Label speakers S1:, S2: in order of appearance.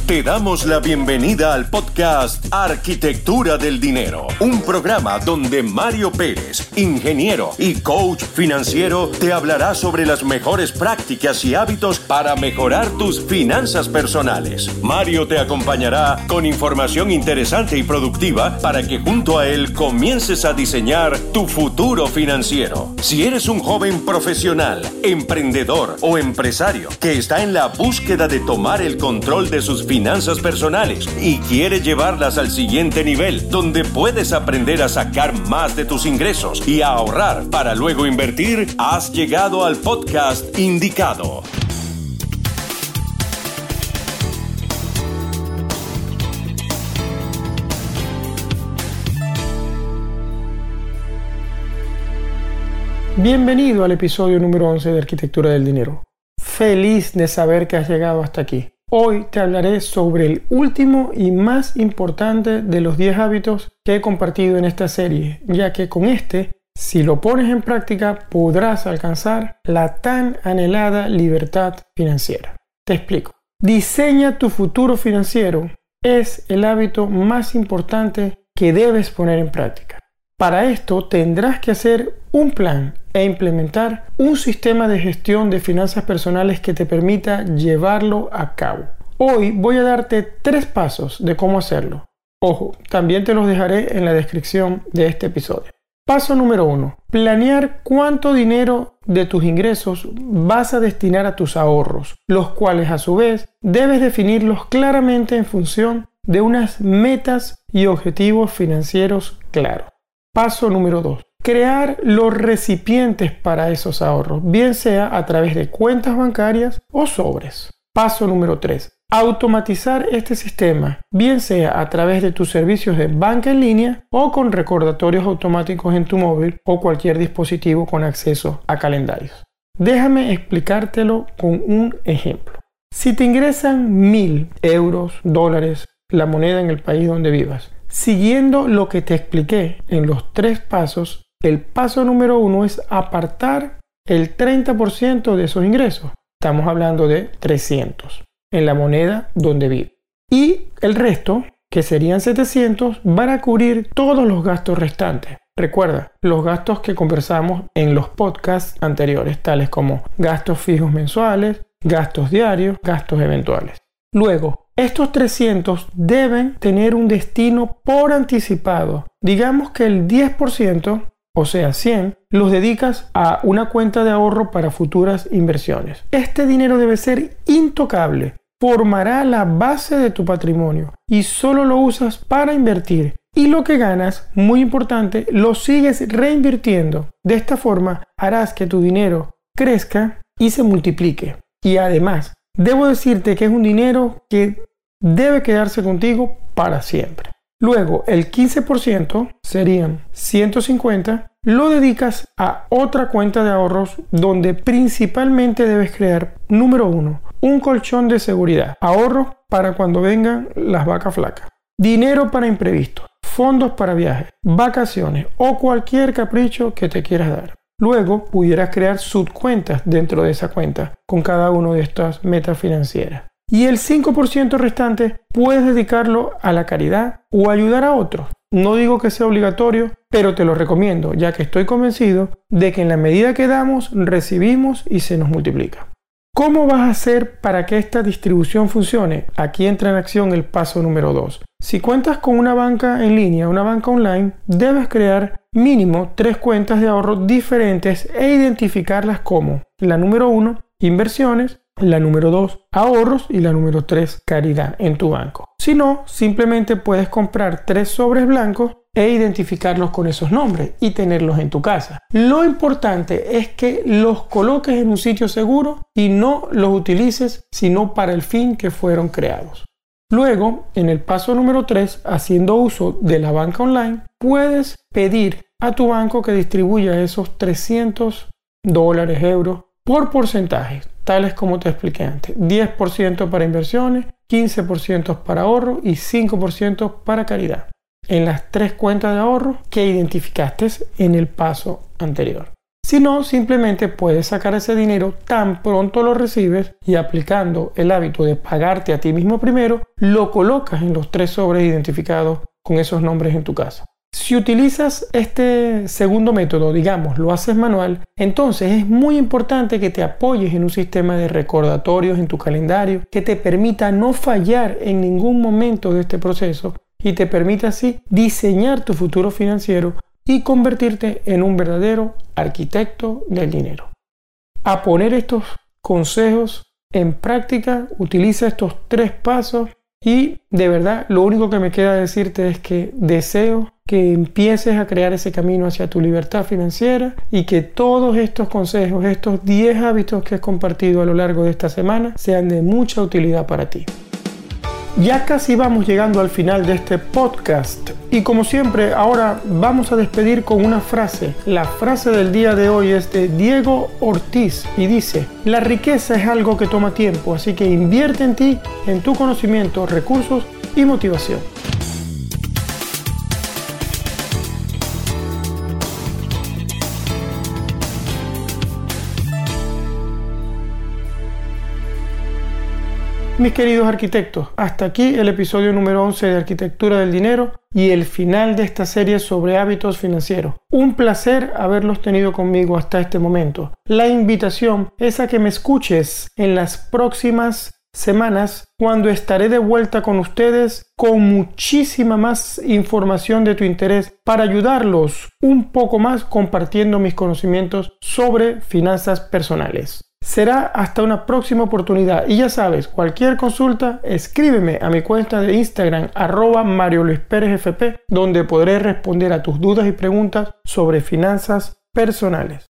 S1: Te damos la bienvenida al podcast Arquitectura del Dinero, un programa donde Mario Pérez, ingeniero y coach financiero, te hablará sobre las mejores prácticas y hábitos para mejorar tus finanzas personales. Mario te acompañará con información interesante y productiva para que junto a él comiences a diseñar tu futuro financiero. Si eres un joven profesional, emprendedor o empresario que está en la búsqueda de tomar el control de sus finanzas personales y quiere llevarlas al siguiente nivel, donde puedes aprender a sacar más de tus ingresos y a ahorrar para luego invertir, has llegado al podcast indicado.
S2: Bienvenido al episodio número 11 de Arquitectura del Dinero. Feliz de saber que has llegado hasta aquí. Hoy te hablaré sobre el último y más importante de los 10 hábitos que he compartido en esta serie, ya que con si lo pones en práctica, podrás alcanzar la tan anhelada libertad financiera. Te explico. Diseña tu futuro financiero es el hábito más importante que debes poner en práctica. Para esto tendrás que hacer un plan e implementar un sistema de gestión de finanzas personales que te permita llevarlo a cabo. Hoy voy a darte 3 pasos de cómo hacerlo. Ojo, también te los dejaré en la descripción de este episodio. Paso número 1. Planear cuánto dinero de tus ingresos vas a destinar a tus ahorros, los cuales a su vez debes definirlos claramente en función de unas metas y objetivos financieros claros. Paso número 2. Crear los recipientes para esos ahorros, bien sea a través de cuentas bancarias o sobres. Paso número 3. Automatizar este sistema, bien sea a través de tus servicios de banca en línea o con recordatorios automáticos en tu móvil o cualquier dispositivo con acceso a calendarios. Déjame explicártelo con un ejemplo. Si te ingresan 1,000 euros, dólares, la moneda en el país donde vivas, siguiendo lo que te expliqué en los 3 pasos, el paso número 1 es apartar el 30% de esos ingresos. Estamos hablando de 300 en la moneda donde vive. Y el resto, que serían 700, van a cubrir todos los gastos restantes. Recuerda, los gastos que conversamos en los podcasts anteriores, tales como gastos fijos mensuales, gastos diarios, gastos eventuales. Luego, estos 300 deben tener un destino por anticipado. Digamos que el 10%, o sea 100, los dedicas a una cuenta de ahorro para futuras inversiones. Este dinero debe ser intocable, formará la base de tu patrimonio y solo lo usas para invertir. Y lo que ganas, muy importante, lo sigues reinvirtiendo. De esta forma harás que tu dinero crezca y se multiplique. Y además, debo decirte que es un dinero que debe quedarse contigo para siempre. Luego, el 15%, serían 150, lo dedicas a otra cuenta de ahorros donde principalmente debes crear, número 1, un colchón de seguridad, ahorros para cuando vengan las vacas flacas, dinero para imprevistos, fondos para viajes, vacaciones o cualquier capricho que te quieras dar. Luego, pudieras crear subcuentas dentro de esa cuenta con cada una de estas metas financieras. Y el 5% restante puedes dedicarlo a la caridad o ayudar a otros. No digo que sea obligatorio, pero te lo recomiendo, ya que estoy convencido de que en la medida que damos, recibimos y se nos multiplica. ¿Cómo vas a hacer para que esta distribución funcione? Aquí entra en acción el paso número 2. Si cuentas con una banca en línea, una banca online, debes crear mínimo 3 cuentas de ahorro diferentes e identificarlas como la número 1, inversiones, la número 2, ahorros y la número 3, caridad en tu banco. Si no, simplemente puedes comprar 3 sobres blancos e identificarlos con esos nombres y tenerlos en tu casa. Lo importante es que los coloques en un sitio seguro y no los utilices sino para el fin que fueron creados. Luego, en el paso número 3, haciendo uso de la banca online, puedes pedir a tu banco que distribuya esos 300 dólares, euros por porcentajes, tales como te expliqué antes. 10% para inversiones, 15% para ahorro y 5% para caridad, en las 3 cuentas de ahorro que identificaste en el paso anterior. Si no, simplemente puedes sacar ese dinero tan pronto lo recibes y aplicando el hábito de pagarte a ti mismo primero, lo colocas en los 3 sobres identificados con esos nombres en tu casa. Si utilizas este segundo método, digamos, lo haces manual, entonces es muy importante que te apoyes en un sistema de recordatorios en tu calendario que te permita no fallar en ningún momento de este proceso y te permita así diseñar tu futuro financiero y convertirte en un verdadero arquitecto del dinero. A poner estos consejos en práctica, utiliza estos 3 pasos y de verdad lo único que me queda decirte es que deseo que empieces a crear ese camino hacia tu libertad financiera y que todos estos consejos, estos 10 hábitos que he compartido a lo largo de esta semana sean de mucha utilidad para ti. Ya casi vamos llegando al final de este podcast y como siempre ahora vamos a despedir con una frase. La frase del día de hoy es de Diego Ortiz y dice: la riqueza es algo que toma tiempo, así que invierte en ti, en tu conocimiento, recursos y motivación. Mis queridos arquitectos, hasta aquí el episodio número 11 de Arquitectura del Dinero y el final de esta serie sobre hábitos financieros. Un placer haberlos tenido conmigo hasta este momento. La invitación es a que me escuches en las próximas semanas cuando estaré de vuelta con ustedes con muchísima más información de tu interés para ayudarlos un poco más compartiendo mis conocimientos sobre finanzas personales. Será hasta una próxima oportunidad y ya sabes, cualquier consulta, escríbeme a mi cuenta de Instagram @MarioLuisPérezFP, donde podré responder a tus dudas y preguntas sobre finanzas personales.